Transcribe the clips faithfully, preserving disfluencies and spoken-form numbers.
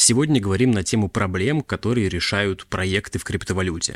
Сегодня говорим на тему проблем, которые решают проекты в криптовалюте.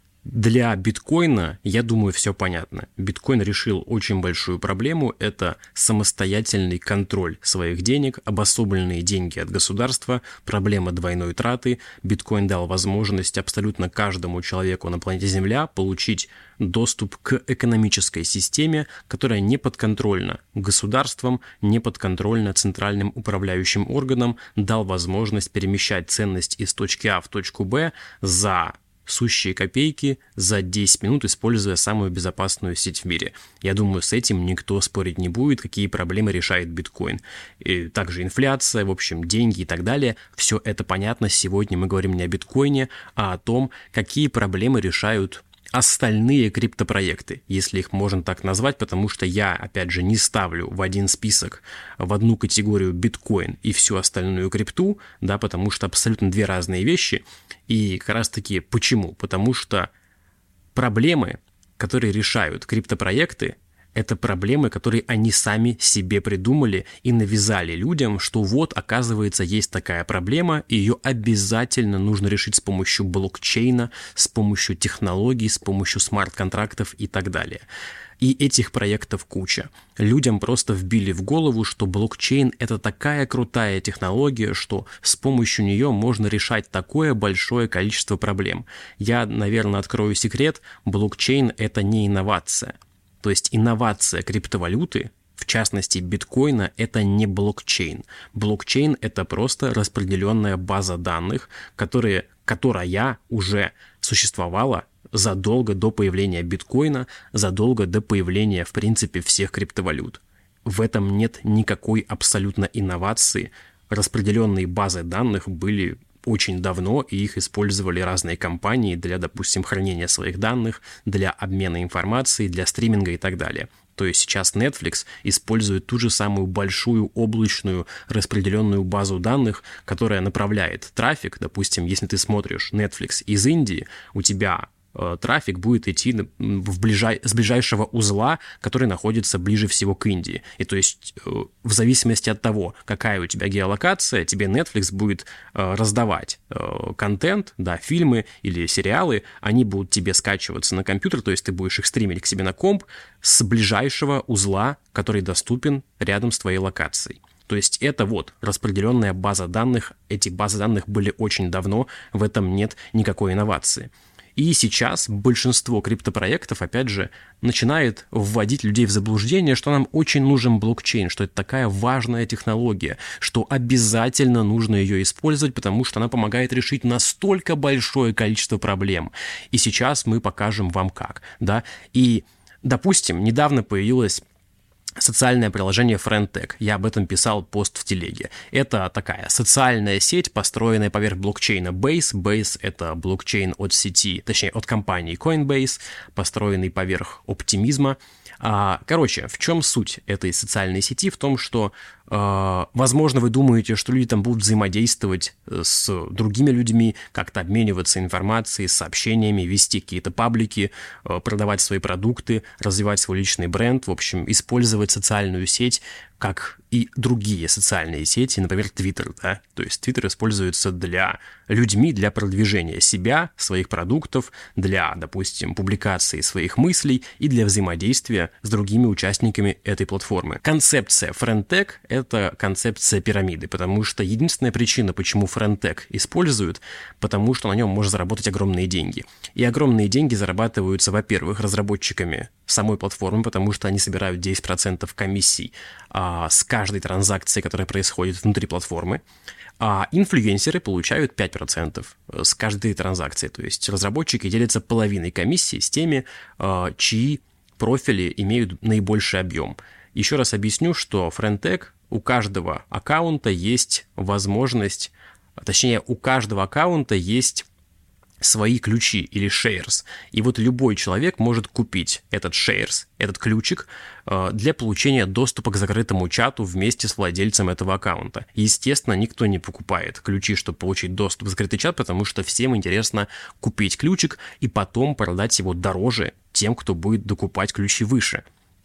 Для биткоина, я думаю, все понятно. Биткоин решил очень большую проблему – это самостоятельный контроль своих денег, обособленные деньги от государства, проблема двойной траты. Биткоин дал возможность абсолютно каждому человеку на планете Земля получить доступ к экономической системе, которая не подконтрольна государствам, не подконтрольна центральным управляющим органам, дал возможность перемещать ценность из точки А в точку Б за сущие копейки за десять минут, используя самую безопасную сеть в мире. Я думаю, с этим никто спорить не будет, какие проблемы решает биткоин. И также инфляция, в общем, деньги и так далее. Все это понятно. Сегодня мы говорим не о биткоине, а о том, какие проблемы решают остальные криптопроекты, если их можно так назвать, потому что я, опять же, не ставлю в один список, в одну категорию биткоин и всю остальную крипту, да, потому что абсолютно две разные вещи. И как раз таки почему? Потому что проблемы, которые решают криптопроекты, это проблемы, которые они сами себе придумали и навязали людям, что вот, оказывается, есть такая проблема, и ее обязательно нужно решить с помощью блокчейна, с помощью технологий, с помощью смарт-контрактов и так далее. И этих проектов куча. Людям просто вбили в голову, что блокчейн – это такая крутая технология, что с помощью нее можно решать такое большое количество проблем. Я, наверное, открою секрет, блокчейн – это не инновация. То есть инновация криптовалюты, в частности биткоина, это не блокчейн. Блокчейн – это просто распределенная база данных, которые, которая уже существовала задолго до появления биткоина, задолго до появления, в принципе, всех криптовалют. В этом нет никакой абсолютно инновации. Распределенные базы данных были очень давно, и их использовали разные компании для, допустим, хранения своих данных, для обмена информацией, для стриминга и так далее. То есть сейчас Netflix использует ту же самую большую облачную распределенную базу данных, которая направляет трафик. Допустим, если ты смотришь Netflix из Индии, у тебя трафик будет идти в ближай... с ближайшего узла, который находится ближе всего к Индии. И то есть в зависимости от того, какая у тебя геолокация, тебе Netflix будет раздавать контент, да, фильмы или сериалы, они будут тебе скачиваться на компьютер, то есть ты будешь их стримить к себе на комп с ближайшего узла, который доступен рядом с твоей локацией. То есть это вот распределенная база данных, эти базы данных были очень давно, в этом нет никакой инновации. И сейчас большинство криптопроектов, опять же, начинает вводить людей в заблуждение, что нам очень нужен блокчейн, что это такая важная технология, что обязательно нужно ее использовать, потому что она помогает решить настолько большое количество проблем. И сейчас мы покажем вам как, да. И, допустим, недавно появилась социальное приложение FriendTech. Я об этом писал пост в телеге. Это такая социальная сеть, построенная поверх блокчейна Base. Base — это блокчейн от сети, точнее, от компании Coinbase, построенный поверх оптимизма. Короче, в чем суть этой социальной сети? В том, что, возможно, вы думаете, что люди там будут взаимодействовать с другими людьми, как-то обмениваться информацией, сообщениями, вести какие-то паблики, продавать свои продукты, развивать свой личный бренд, в общем, использовать социальную сеть, как и другие социальные сети, например, Twitter, да, то есть Twitter используется для людьми, для продвижения себя, своих продуктов, для, допустим, публикации своих мыслей и для взаимодействия с другими участниками этой платформы. Концепция FriendTech — это концепция пирамиды, потому что единственная причина, почему FriendTech используют, потому что на нем можно заработать огромные деньги. И огромные деньги зарабатываются, во-первых, разработчиками самой платформы, потому что они собирают десять процентов комиссий а, с каждой транзакции, которая происходит внутри платформы, а инфлюенсеры получают пять процентов с каждой транзакции. То есть разработчики делятся половиной комиссии с теми, а, чьи профили имеют наибольший объем. Еще раз объясню, что FriendTech, у каждого аккаунта есть возможность, точнее, у каждого аккаунта есть свои ключи или shares. И вот любой человек может купить этот shares, этот ключик, для получения доступа к закрытому чату вместе с владельцем этого аккаунта. Естественно, никто не покупает ключи, чтобы получить доступ в закрытый чат, потому что всем интересно купить ключик и потом продать его дороже тем, кто будет докупать ключи выше. То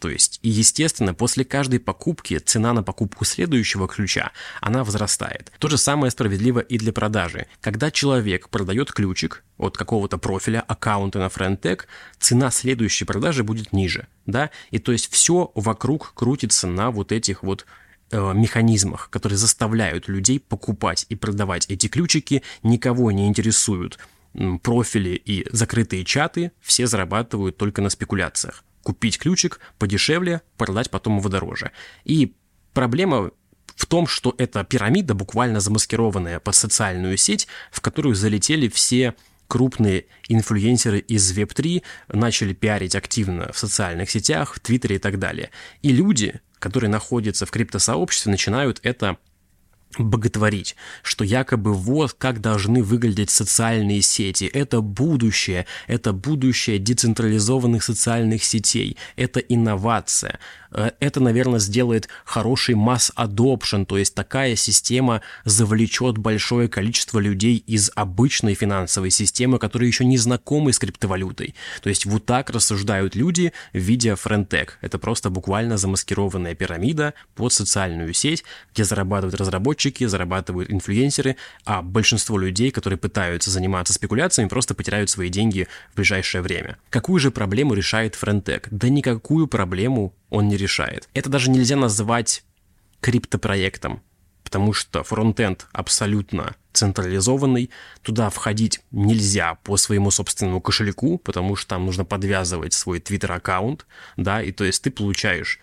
То есть, и естественно, после каждой покупки цена на покупку следующего ключа, она возрастает. То же самое справедливо и для продажи. Когда человек продает ключик от какого-то профиля, аккаунта на Friend.Tech, цена следующей продажи будет ниже, да, и то есть все вокруг крутится на вот этих вот э, механизмах, которые заставляют людей покупать и продавать эти ключики, никого не интересуют профили и закрытые чаты, все зарабатывают только на спекуляциях. Купить ключик подешевле, продать потом его дороже. И проблема в том, что эта пирамида, буквально замаскированная под социальную сеть, в которую залетели все крупные инфлюенсеры из веб три, начали пиарить активно в социальных сетях, в Твиттере и так далее. И люди, которые находятся в криптосообществе, начинают это боготворить, что якобы вот как должны выглядеть социальные сети. Это будущее, это будущее децентрализованных социальных сетей, это инновация. Это, наверное, сделает хороший mass adoption, то есть такая система завлечет большое количество людей из обычной финансовой системы, которые еще не знакомы с криптовалютой. То есть вот так рассуждают люди, видя Friend.Tech. Это просто буквально замаскированная пирамида под социальную сеть, где зарабатывают разработчики, зарабатывают инфлюенсеры, а большинство людей, которые пытаются заниматься спекуляциями, просто потеряют свои деньги в ближайшее время. Какую же проблему решает Friend.Tech? Да никакую проблему он не решает. Это даже нельзя называть криптопроектом, потому что фронтенд абсолютно централизованный, туда входить нельзя по своему собственному кошельку, потому что там нужно подвязывать свой Twitter-аккаунт, да, и то есть ты получаешь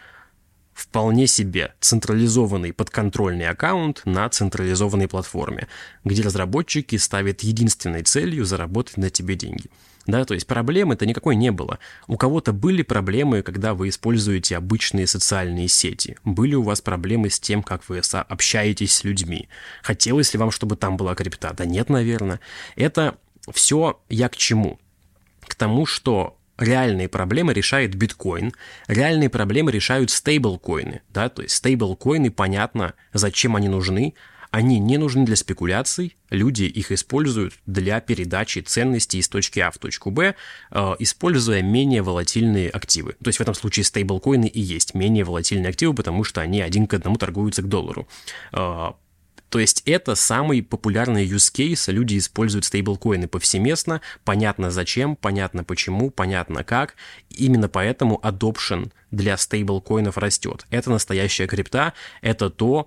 вполне себе централизованный подконтрольный аккаунт на централизованной платформе, где разработчики ставят единственной целью заработать на тебе деньги. Да, то есть проблемы-то никакой не было. У кого-то были проблемы, когда вы используете обычные социальные сети. Были у вас проблемы с тем, как вы общаетесь с людьми. Хотелось ли вам, чтобы там была крипта? Да нет, наверное. Это все я к чему? К тому, что реальные проблемы решает биткоин, реальные проблемы решают стейблкоины. Да, то есть стейблкоины, понятно, зачем они нужны. Они не нужны для спекуляций, люди их используют для передачи ценностей из точки А в точку Б, э, используя менее волатильные активы. То есть в этом случае стейблкоины и есть менее волатильные активы, потому что они один к одному торгуются к доллару. Э, то есть это самый популярный use case, люди используют стейблкоины повсеместно, понятно зачем, понятно почему, понятно как. Именно поэтому adoption для стейблкоинов растет. Это настоящая крипта, это то,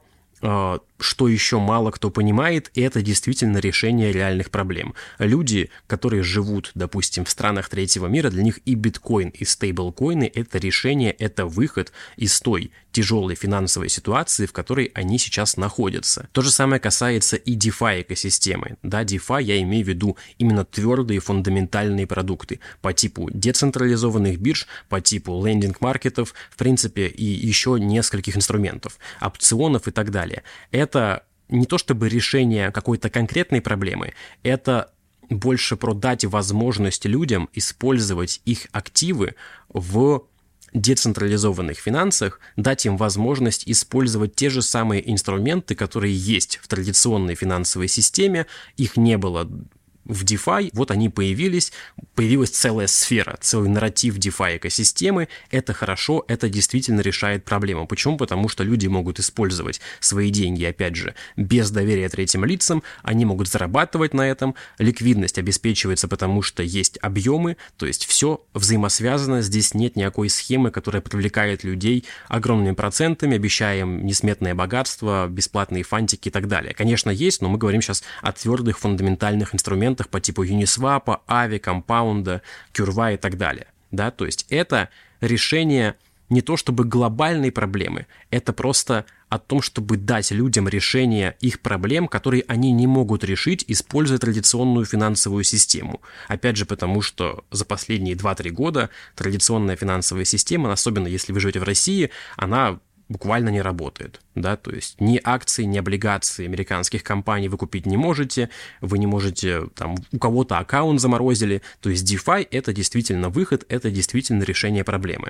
что еще мало кто понимает, и это действительно решение реальных проблем. Люди, которые живут, допустим, в странах третьего мира, для них и биткоин, и стейблкоины – это решение, это выход из той тяжелой финансовой ситуации, в которой они сейчас находятся. То же самое касается и DeFi экосистемы. Да, DeFi я имею в виду именно твердые фундаментальные продукты по типу децентрализованных бирж, по типу лендинг-маркетов, в принципе, и еще нескольких инструментов, опционов и так далее. Это не то чтобы решение какой-то конкретной проблемы, это больше про дать возможность людям использовать их активы в децентрализованных финансах, дать им возможность использовать те же самые инструменты, которые есть в традиционной финансовой системе, их не было в DeFi, вот они появились, появилась целая сфера, целый нарратив DeFi экосистемы. Это хорошо, это действительно решает проблему. Почему? Потому что люди могут использовать свои деньги, опять же, без доверия третьим лицам, они могут зарабатывать на этом, ликвидность обеспечивается, потому что есть объемы, то есть все взаимосвязано, здесь нет никакой схемы, которая привлекает людей огромными процентами, обещая им несметное богатство, бесплатные фантики и так далее. Конечно, есть, но мы говорим сейчас о твердых фундаментальных инструментах по типу Uniswap, Aave, Compound, Curve и так далее. Да, то есть это решение не то чтобы глобальной проблемы, это просто о том, чтобы дать людям решение их проблем, которые они не могут решить, используя традиционную финансовую систему. Опять же, потому что за последние два-три года традиционная финансовая система, особенно если вы живете в России, она буквально не работает, да, то есть ни акции, ни облигации американских компаний вы купить не можете, вы не можете, там, у кого-то аккаунт заморозили, то есть DeFi – это действительно выход, это действительно решение проблемы.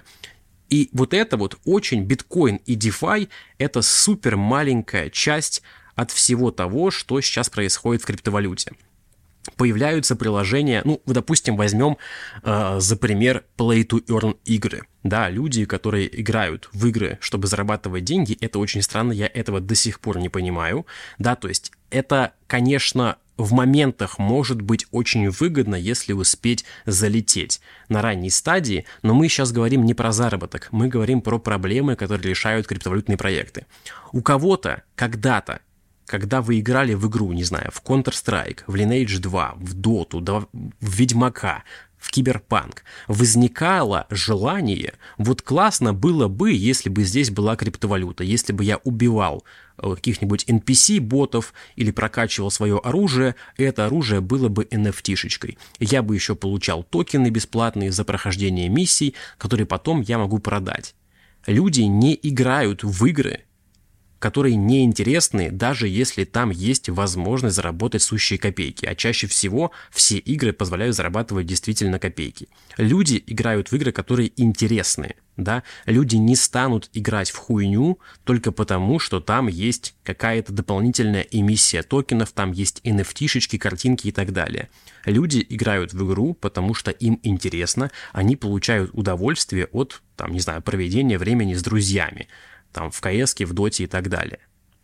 И вот это вот очень биткоин и DeFi – это супер маленькая часть от всего того, что сейчас происходит в криптовалюте. появляются приложения, ну, допустим, возьмем э, за пример Play to Earn игры. Да, люди, которые играют в игры, чтобы зарабатывать деньги, это очень странно, я этого до сих пор не понимаю. Да, то есть это, конечно, в моментах может быть очень выгодно, если успеть залететь на ранней стадии, но мы сейчас говорим не про заработок, мы говорим про проблемы, которые решают криптовалютные проекты. У кого-то когда-то, когда вы играли в игру, не знаю, в Counter-Strike, в Lineage два, в Доту, в Ведьмака, в Киберпанк, возникало желание, вот классно было бы, если бы здесь была криптовалюта, если бы я убивал каких-нибудь эн пи си-ботов или прокачивал свое оружие, это оружие было бы эн эф ти-шечкой. Я бы еще получал токены бесплатные за прохождение миссий, которые потом я могу продать. Люди не играют в игры, которые неинтересны, даже если там есть возможность заработать сущие копейки. А чаще всего все игры позволяют зарабатывать действительно копейки. Люди играют в игры, которые интересны. Да? Люди не станут играть в хуйню только потому, что там есть какая-то дополнительная эмиссия токенов, там есть эн эф ти-шечки, картинки и так далее. Люди играют в игру, потому что им интересно, они получают удовольствие от, там, не знаю, проведения времени с друзьями. Там, в ка эске, в доте и так далее.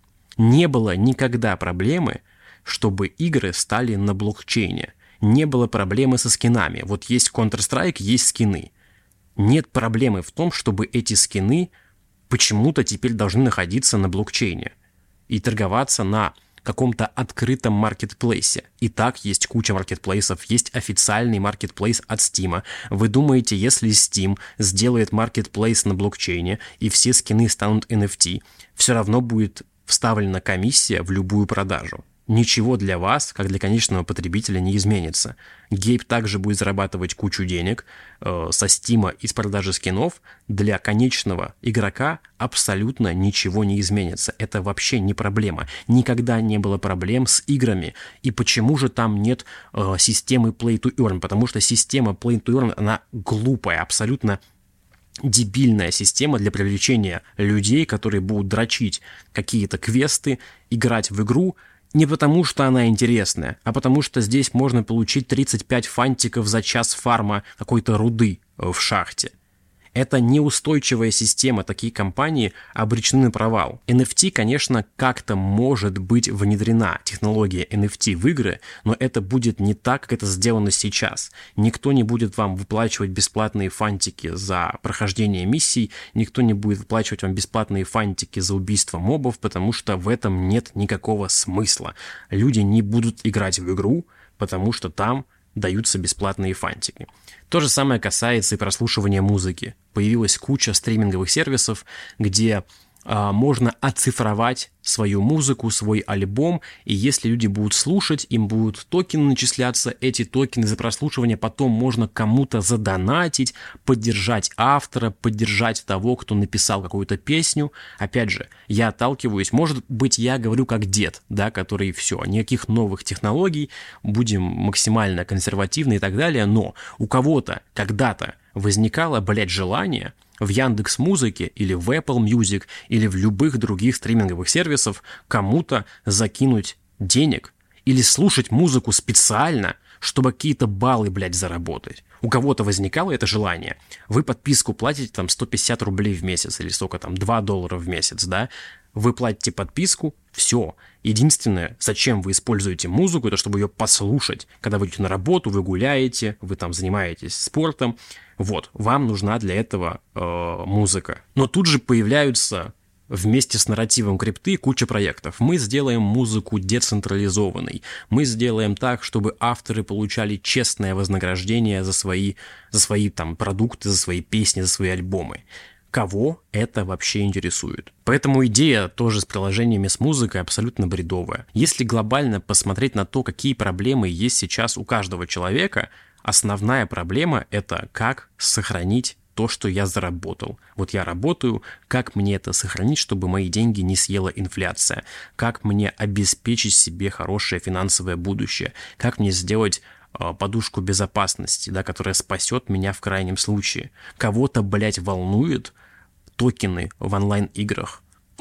Не было никогда проблемы, чтобы игры стали на блокчейне. Не было проблемы со скинами. Вот есть Counter-Strike, есть скины. Нет проблемы в том, чтобы эти скины почему-то теперь должны находиться на блокчейне и торговаться на каком-то открытом маркетплейсе. И так есть куча маркетплейсов, есть официальный маркетплейс от Steam. Вы думаете, если Steam сделает маркетплейс на блокчейне и все скины станут эн эф ти, все равно будет вставлена комиссия в любую продажу? Ничего для вас, как для конечного потребителя, не изменится. Гейб также будет зарабатывать кучу денег э, со Стима из продажи скинов. Для конечного игрока абсолютно ничего не изменится. Это вообще не проблема. Никогда не было проблем с играми. И почему же там нет э, системы Play to Earn? Потому что система Play to Earn, она глупая, абсолютно дебильная система для привлечения людей, которые будут дрочить какие-то квесты, играть в игру, не потому, что она интересная, а потому, что здесь можно получить тридцать пять фантиков за час фарма какой-то руды в шахте. Это неустойчивая система, такие компании обречены на провал. эн эф ти, конечно, как-то может быть внедрена, технология эн эф ти в игры, но это будет не так, как это сделано сейчас. Никто не будет вам выплачивать бесплатные фантики за прохождение миссий, никто не будет выплачивать вам бесплатные фантики за убийство мобов, потому что в этом нет никакого смысла. Люди не будут играть в игру, потому что там даются бесплатные фантики. То же самое касается и прослушивания музыки. Появилась куча стриминговых сервисов, где а, можно оцифровать свою музыку, свой альбом, и если люди будут слушать, им будут токены начисляться, эти токены за прослушивание потом можно кому-то задонатить, поддержать автора, поддержать того, кто написал какую-то песню. Опять же, я отталкиваюсь, может быть, я говорю как дед, да, который все, никаких новых технологий, будем максимально консервативны и так далее, но у кого-то когда-то возникало, блядь, желание в Яндекс.Музыке или в Apple Music или в любых других стриминговых сервисах кому-то закинуть денег или слушать музыку специально, чтобы какие-то баллы, блядь, заработать. У кого-то возникало это желание. Вы подписку платите там сто пятьдесят рублей в месяц или сколько там, два доллара в месяц, да? Вы платите подписку, все. Единственное, зачем вы используете музыку, это чтобы ее послушать. Когда вы идете на работу, вы гуляете, вы там занимаетесь спортом. Вот, вам нужна для этого э, музыка. Но тут же появляются вместе с нарративом крипты куча проектов. Мы сделаем музыку децентрализованной. Мы сделаем так, чтобы авторы получали честное вознаграждение за свои, за свои там, продукты, за свои песни, за свои альбомы. Кого это вообще интересует? Поэтому идея тоже с приложениями с музыкой абсолютно бредовая. Если глобально посмотреть на то, какие проблемы есть сейчас у каждого человека, основная проблема – это как сохранить то, что я заработал. Вот я работаю, как мне это сохранить, чтобы мои деньги не съела инфляция? Как мне обеспечить себе хорошее финансовое будущее? Как мне сделать э, подушку безопасности, да, которая спасет меня в крайнем случае? Кого-то, блядь, волнует токены в онлайн-играх?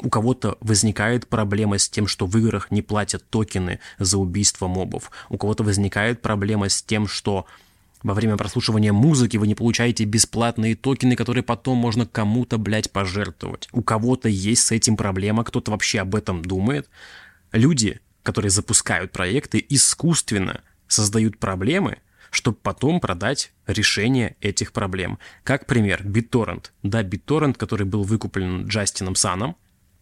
У кого-то возникает проблема с тем, что в играх не платят токены за убийство мобов. У кого-то возникает проблема с тем, что во время прослушивания музыки вы не получаете бесплатные токены, которые потом можно кому-то, блядь, пожертвовать. У кого-то есть с этим проблема, кто-то вообще об этом думает. Люди, которые запускают проекты, искусственно создают проблемы, чтобы потом продать решение этих проблем. Как пример, BitTorrent. Да, BitTorrent, который был выкуплен Джастином Саном.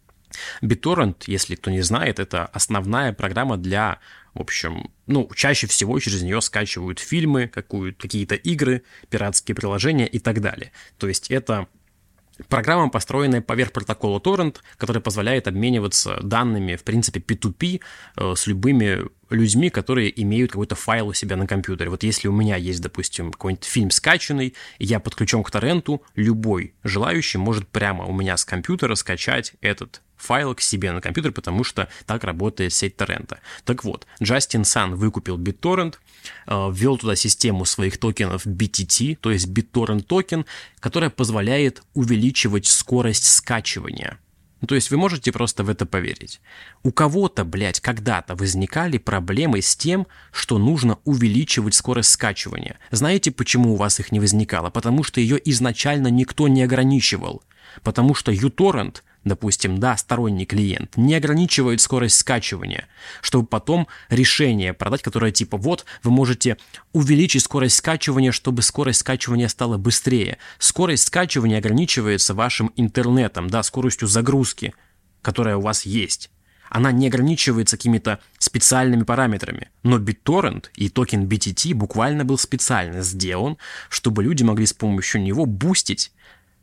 BitTorrent, если кто не знает, это основная программа для, в общем, ну, чаще всего через нее скачивают фильмы, какие-то игры, пиратские приложения и так далее. То есть это программа, построенная поверх протокола Torrent, которая позволяет обмениваться данными, в принципе, пи ту пи э, с любыми людьми, которые имеют какой-то файл у себя на компьютере. Вот если у меня есть, допустим, какой-нибудь фильм скачанный, и я подключен к торренту, любой желающий может прямо у меня с компьютера скачать этот файл к себе на компьютер, потому что так работает сеть торрента. Так вот, Джастин Сан выкупил BitTorrent, ввел туда систему своих токенов би ти ти, то есть BitTorrent токен, которая позволяет увеличивать скорость скачивания. Ну, то есть вы можете просто в это поверить. У кого-то, блядь, когда-то возникали проблемы с тем, что нужно увеличивать скорость скачивания. Знаете, почему у вас их не возникало? Потому что ее изначально никто не ограничивал. Потому что uTorrent, допустим, да, сторонний клиент, не ограничивает скорость скачивания, чтобы потом решение продать, которое типа вот, вы можете увеличить скорость скачивания, чтобы скорость скачивания стала быстрее. Скорость скачивания ограничивается вашим интернетом, да, скоростью загрузки, которая у вас есть. Она не ограничивается какими-то специальными параметрами. Но BitTorrent и токен би ти ти буквально был специально сделан, чтобы люди могли с помощью него бустить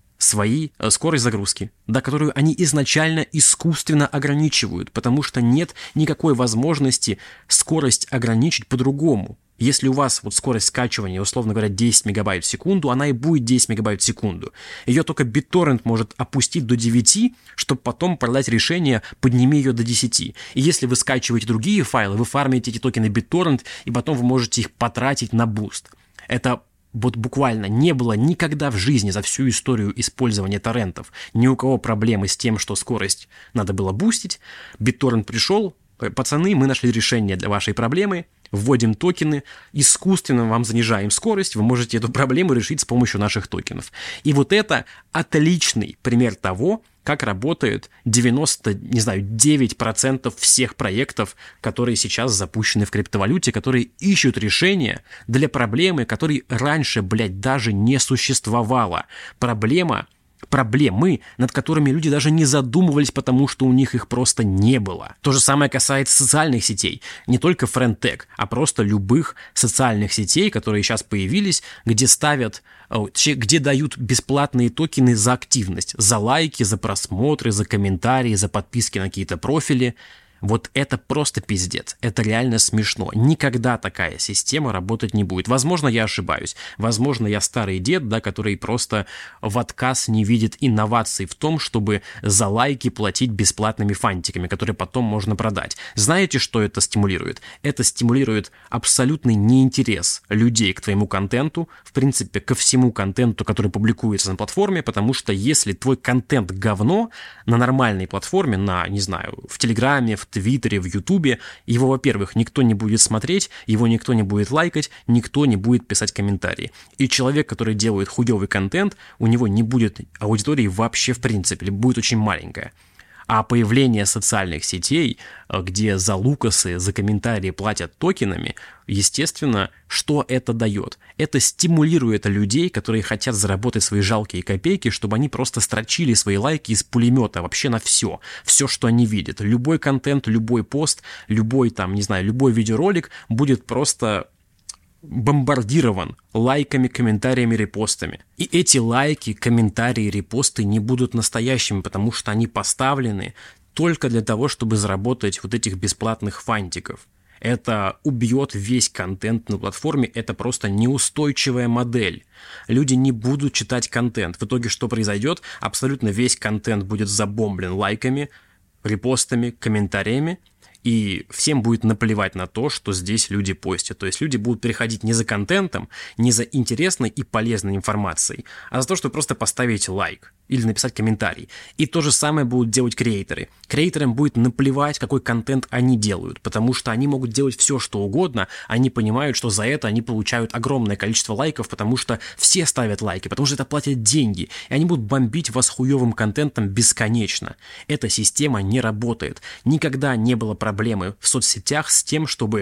свои э, скорость загрузки, да, которую они изначально искусственно ограничивают, потому что нет никакой возможности скорость ограничить по-другому. Если у вас вот скорость скачивания, условно говоря, десять мегабайт в секунду, она и будет десять мегабайт в секунду. Ее только BitTorrent может опустить до девяти, чтобы потом продать решение «подними ее до десяти». И если вы скачиваете другие файлы, вы фармите эти токены BitTorrent, и потом вы можете их потратить на буст. Это вот буквально не было никогда в жизни за всю историю использования торрентов ни у кого проблемы с тем, что скорость надо было бустить. BitTorrent пришел, пацаны, мы нашли решение для вашей проблемы, вводим токены, искусственно вам занижаем скорость, вы можете эту проблему решить с помощью наших токенов. И вот это отличный пример того, как работает девяносто, не знаю, девять процентов всех проектов, которые сейчас запущены в криптовалюте, которые ищут решения для проблемы, которой раньше, блядь, даже не существовало. Проблема, проблемы, над которыми люди даже не задумывались, потому что у них их просто не было. То же самое касается социальных сетей. Не только FriendTech, а просто любых социальных сетей, которые сейчас появились, где ставят, где дают бесплатные токены за активность, за лайки, за просмотры, за комментарии, за подписки на какие-то профили. Вот это просто пиздец. Это реально смешно. Никогда такая система работать не будет. Возможно, я ошибаюсь. Возможно, я старый дед, да, который просто в отказ не видит инноваций в том, чтобы за лайки платить бесплатными фантиками, которые потом можно продать. Знаете, что это стимулирует? Это стимулирует абсолютный неинтерес людей к твоему контенту, в принципе, ко всему контенту, который публикуется на платформе, потому что если твой контент говно на нормальной платформе, на, не знаю, в Телеграме, в Твиттере, в Ютубе, его, во-первых, никто не будет смотреть, его никто не будет лайкать, никто не будет писать комментарии. И человек, который делает хуёвый контент, у него не будет аудитории вообще в принципе, или будет очень маленькая. А появление социальных сетей, где за лукасы, за комментарии платят токенами, естественно, что это дает? Это стимулирует людей, которые хотят заработать свои жалкие копейки, чтобы они просто строчили свои лайки из пулемета вообще на все. Все, что они видят. Любой контент, любой пост, любой там, не знаю, любой видеоролик будет просто бомбардирован лайками, комментариями, репостами. И эти лайки, комментарии, репосты не будут настоящими, потому что они поставлены только для того, чтобы заработать вот этих бесплатных фантиков. Это убьет весь контент на платформе, это просто неустойчивая модель. Люди не будут читать контент. В итоге что произойдет? Абсолютно весь контент будет забомблен лайками, репостами, комментариями, и всем будет наплевать на то, что здесь люди постят. То есть люди будут переходить не за контентом, не за интересной и полезной информацией, а за то, чтобы просто поставить лайк или написать комментарий. И то же самое будут делать креаторы. Креаторам будет наплевать, какой контент они делают, потому что они могут делать все, что угодно, они понимают, что за это они получают огромное количество лайков, потому что все ставят лайки, потому что это платят деньги, и они будут бомбить вас хуевым контентом бесконечно. Эта система не работает. Никогда не было проблемы в соцсетях с тем, чтобы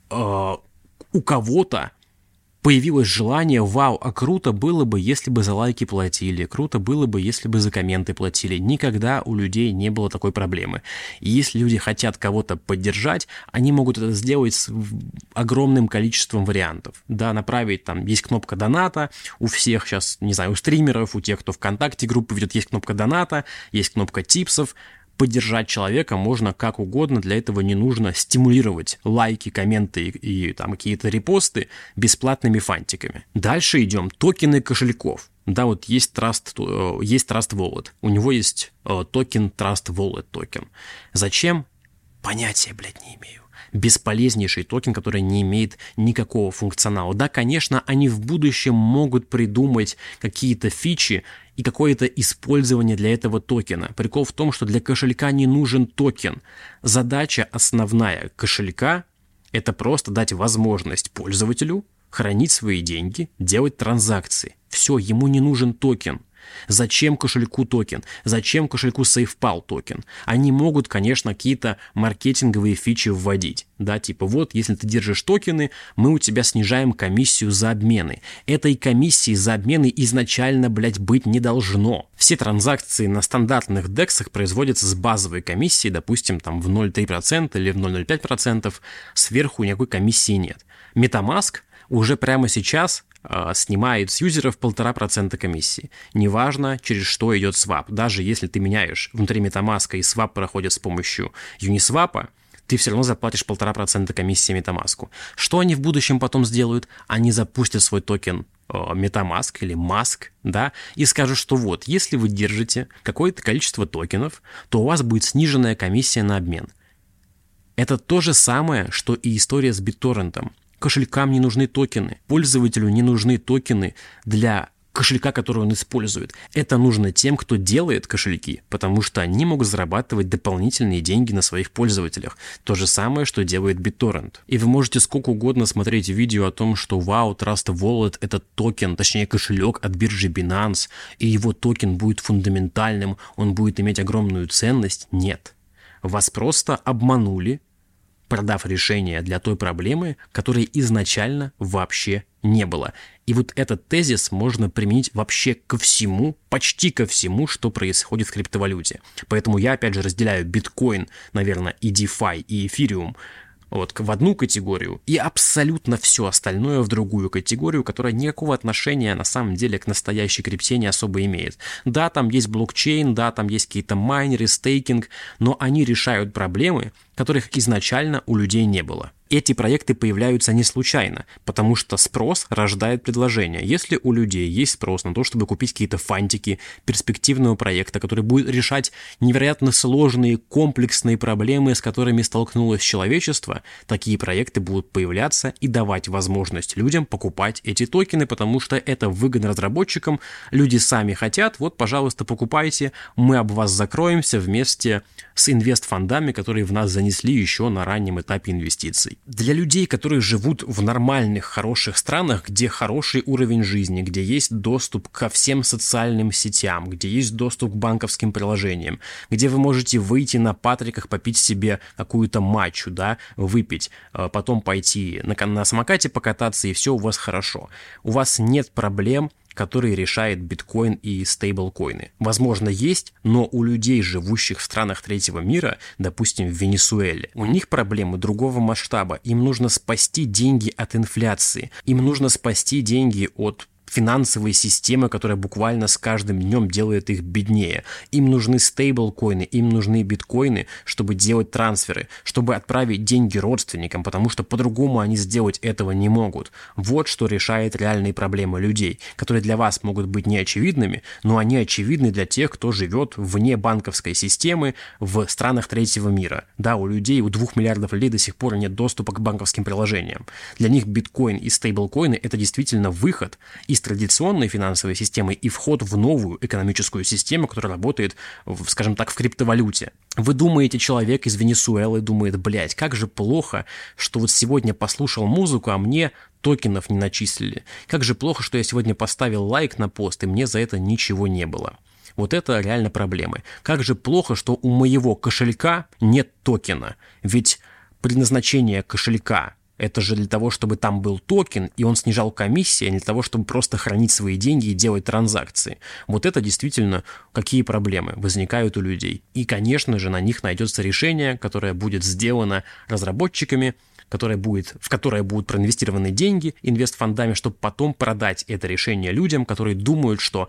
э, у кого-то появилось желание: вау, а круто было бы, если бы за лайки платили, круто было бы, если бы за комменты платили. Никогда у людей не было такой проблемы. И если люди хотят кого-то поддержать, они могут это сделать с огромным количеством вариантов. Да, направить, там есть кнопка доната, у всех сейчас, не знаю, у стримеров, у тех, кто ВКонтакте группы ведет, есть кнопка доната, есть кнопка типсов. Поддержать человека можно как угодно, для этого не нужно стимулировать лайки, комменты и, и там какие-то репосты бесплатными фантиками. Дальше идем. Токены кошельков. Да, вот есть Trust, есть Trust Wallet. У него есть э, токен Trust Wallet токен. Зачем? Понятия, блядь, не имею. Бесполезнейший токен, который не имеет никакого функционала. Да, конечно, они в будущем могут придумать какие-то фичи и какое-то использование для этого токена. Прикол в том, что для кошелька не нужен токен. Задача основная кошелька – это просто дать возможность пользователю хранить свои деньги, делать транзакции. Все, ему не нужен токен. Зачем кошельку токен? Зачем кошельку SafePal токен? Они могут, конечно, какие-то маркетинговые фичи вводить. Да, типа вот, если ты держишь токены, мы у тебя снижаем комиссию за обмены. Этой комиссии за обмены изначально, блядь, быть не должно. Все транзакции на стандартных дексах производятся с базовой комиссией, допустим, там в ноль целых три десятых процента или в ноль целых ноль пять сотых процента. Сверху никакой комиссии нет. MetaMask уже прямо сейчас э, снимает с юзеров полтора процента комиссии. Неважно, через что идет свап. Даже если ты меняешь внутри MetaMask и свап проходит с помощью Uniswap, ты все равно заплатишь полтора процента комиссии MetaMask. Что они в будущем потом сделают? Они запустят свой токен э, MetaMask или Mask, да, и скажут, что вот, если вы держите какое-то количество токенов, то у вас будет сниженная комиссия на обмен. Это то же самое, что и история с BitTorrent. Кошелькам не нужны токены, пользователю не нужны токены для кошелька, который он использует. Это нужно тем, кто делает кошельки, потому что они могут зарабатывать дополнительные деньги на своих пользователях. То же самое, что делает BitTorrent. И вы можете сколько угодно смотреть видео о том, что вау, Trust Wallet — это токен, точнее кошелек от биржи Binance, и его токен будет фундаментальным, он будет иметь огромную ценность. Нет. Вас просто обманули, продав решение для той проблемы, которой изначально вообще не было. И вот этот тезис можно применить вообще ко всему, почти ко всему, что происходит в криптовалюте. Поэтому я, опять же, разделяю биткоин, наверное, и DeFi, и эфириум вот, в одну категорию и абсолютно все остальное в другую категорию, которая никакого отношения на самом деле к настоящей крипте не особо имеет. Да, там есть блокчейн, да, там есть какие-то майнеры, стейкинг, но они решают проблемы, которых изначально у людей не было. Эти проекты появляются не случайно, потому что спрос рождает предложение. Если у людей есть спрос на то, чтобы купить какие-то фантики перспективного проекта, который будет решать невероятно сложные, комплексные проблемы, с которыми столкнулось человечество, такие проекты будут появляться и давать возможность людям покупать эти токены, потому что это выгодно разработчикам, люди сами хотят, вот, пожалуйста, покупайте, мы об вас закроемся вместе с инвестфондами, которые в нас занесли еще на раннем этапе инвестиций. Для людей, которые живут в нормальных, хороших странах, где хороший уровень жизни, где есть доступ ко всем социальным сетям, где есть доступ к банковским приложениям, где вы можете выйти на Патриках, попить себе какую-то матчу, да, выпить, потом пойти на, на самокате покататься, и все у вас хорошо. У вас нет проблем, которые решает биткоин и стейблкоины. Возможно, есть, но у людей, живущих в странах третьего мира, допустим, в Венесуэле, у них проблемы другого масштаба. Им нужно спасти деньги от инфляции. Им нужно спасти деньги от финансовой системы, которая буквально с каждым днем делает их беднее. Им нужны стейблкоины, им нужны биткоины, чтобы делать трансферы, чтобы отправить деньги родственникам, потому что по-другому они сделать этого не могут. Вот что решает реальные проблемы людей, которые для вас могут быть неочевидными, но они очевидны для тех, кто живет вне банковской системы в странах третьего мира. Да, у людей, у двух миллиардов людей до сих пор нет доступа к банковским приложениям. Для них биткоин и стейблкоины – это действительно выход из традиционной финансовой системы и вход в новую экономическую систему, которая работает, в, скажем так, в криптовалюте. Вы думаете, человек из Венесуэлы думает, блядь, как же плохо, что вот сегодня послушал музыку, а мне токенов не начислили. Как же плохо, что я сегодня поставил лайк на пост, и мне за это ничего не было. Вот это реально проблемы. Как же плохо, что у моего кошелька нет токена. Ведь предназначение кошелька – это же для того, чтобы там был токен, и он снижал комиссии, а не для того, чтобы просто хранить свои деньги и делать транзакции. Вот это действительно какие проблемы возникают у людей. И, конечно же, на них найдется решение, которое будет сделано разработчиками, которое будет, в которое будут проинвестированы деньги инвестфондами, чтобы потом продать это решение людям, которые думают, что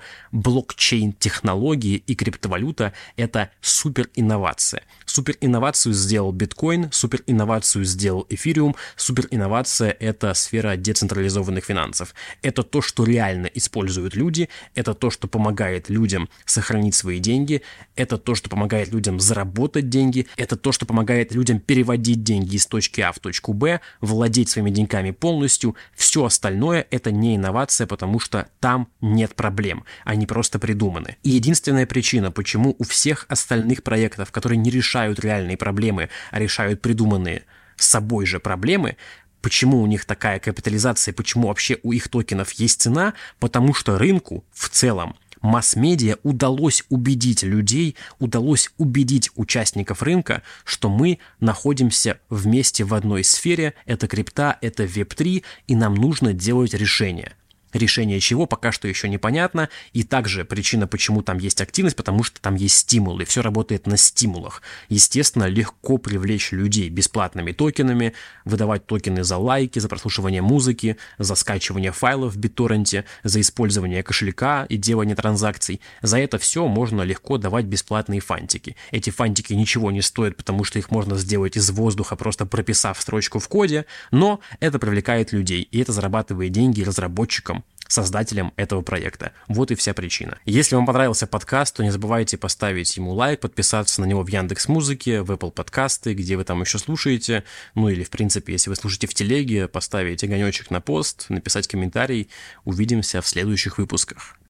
блокчейн-технологии и криптовалюта – это супер-инновация. Супер-инновацию сделал биткоин, супер-инновацию сделал эфириум, супер-инновация – это сфера децентрализованных финансов. Это то, что реально используют люди, это то, что помогает людям сохранить свои деньги, это то, что помогает людям заработать деньги, это то, что помогает людям переводить деньги из точки А в точку Б, владеть своими деньгами полностью. Все остальное – это не инновация, потому что там нет проблем, они просто придуманы. И единственная причина, почему у всех остальных проектов, которые не решают реальные проблемы, а решают придуманные собой же проблемы, почему у них такая капитализация, почему вообще у их токенов есть цена, потому что рынку в целом, масс-медиа удалось убедить людей, удалось убедить участников рынка, что мы находимся вместе в одной сфере, это крипта, это веб три, и нам нужно делать решения. Решение чего пока что еще непонятно, и также причина, почему там есть активность, потому что там есть стимулы, все работает на стимулах. Естественно, легко привлечь людей бесплатными токенами, выдавать токены за лайки, за прослушивание музыки, за скачивание файлов в BitTorrent, за использование кошелька и делание транзакций. За это все можно легко давать бесплатные фантики. Эти фантики ничего не стоят, потому что их можно сделать из воздуха, просто прописав строчку в коде, но это привлекает людей, и это зарабатывает деньги разработчикам, создателем этого проекта. Вот и вся причина. Если вам понравился подкаст, то не забывайте поставить ему лайк, подписаться на него в Яндекс.Музыке, в Apple подкасты, где вы там еще слушаете. Ну или, в принципе, если вы слушаете в телеге, поставить огонечек на пост, написать комментарий. Увидимся в следующих выпусках.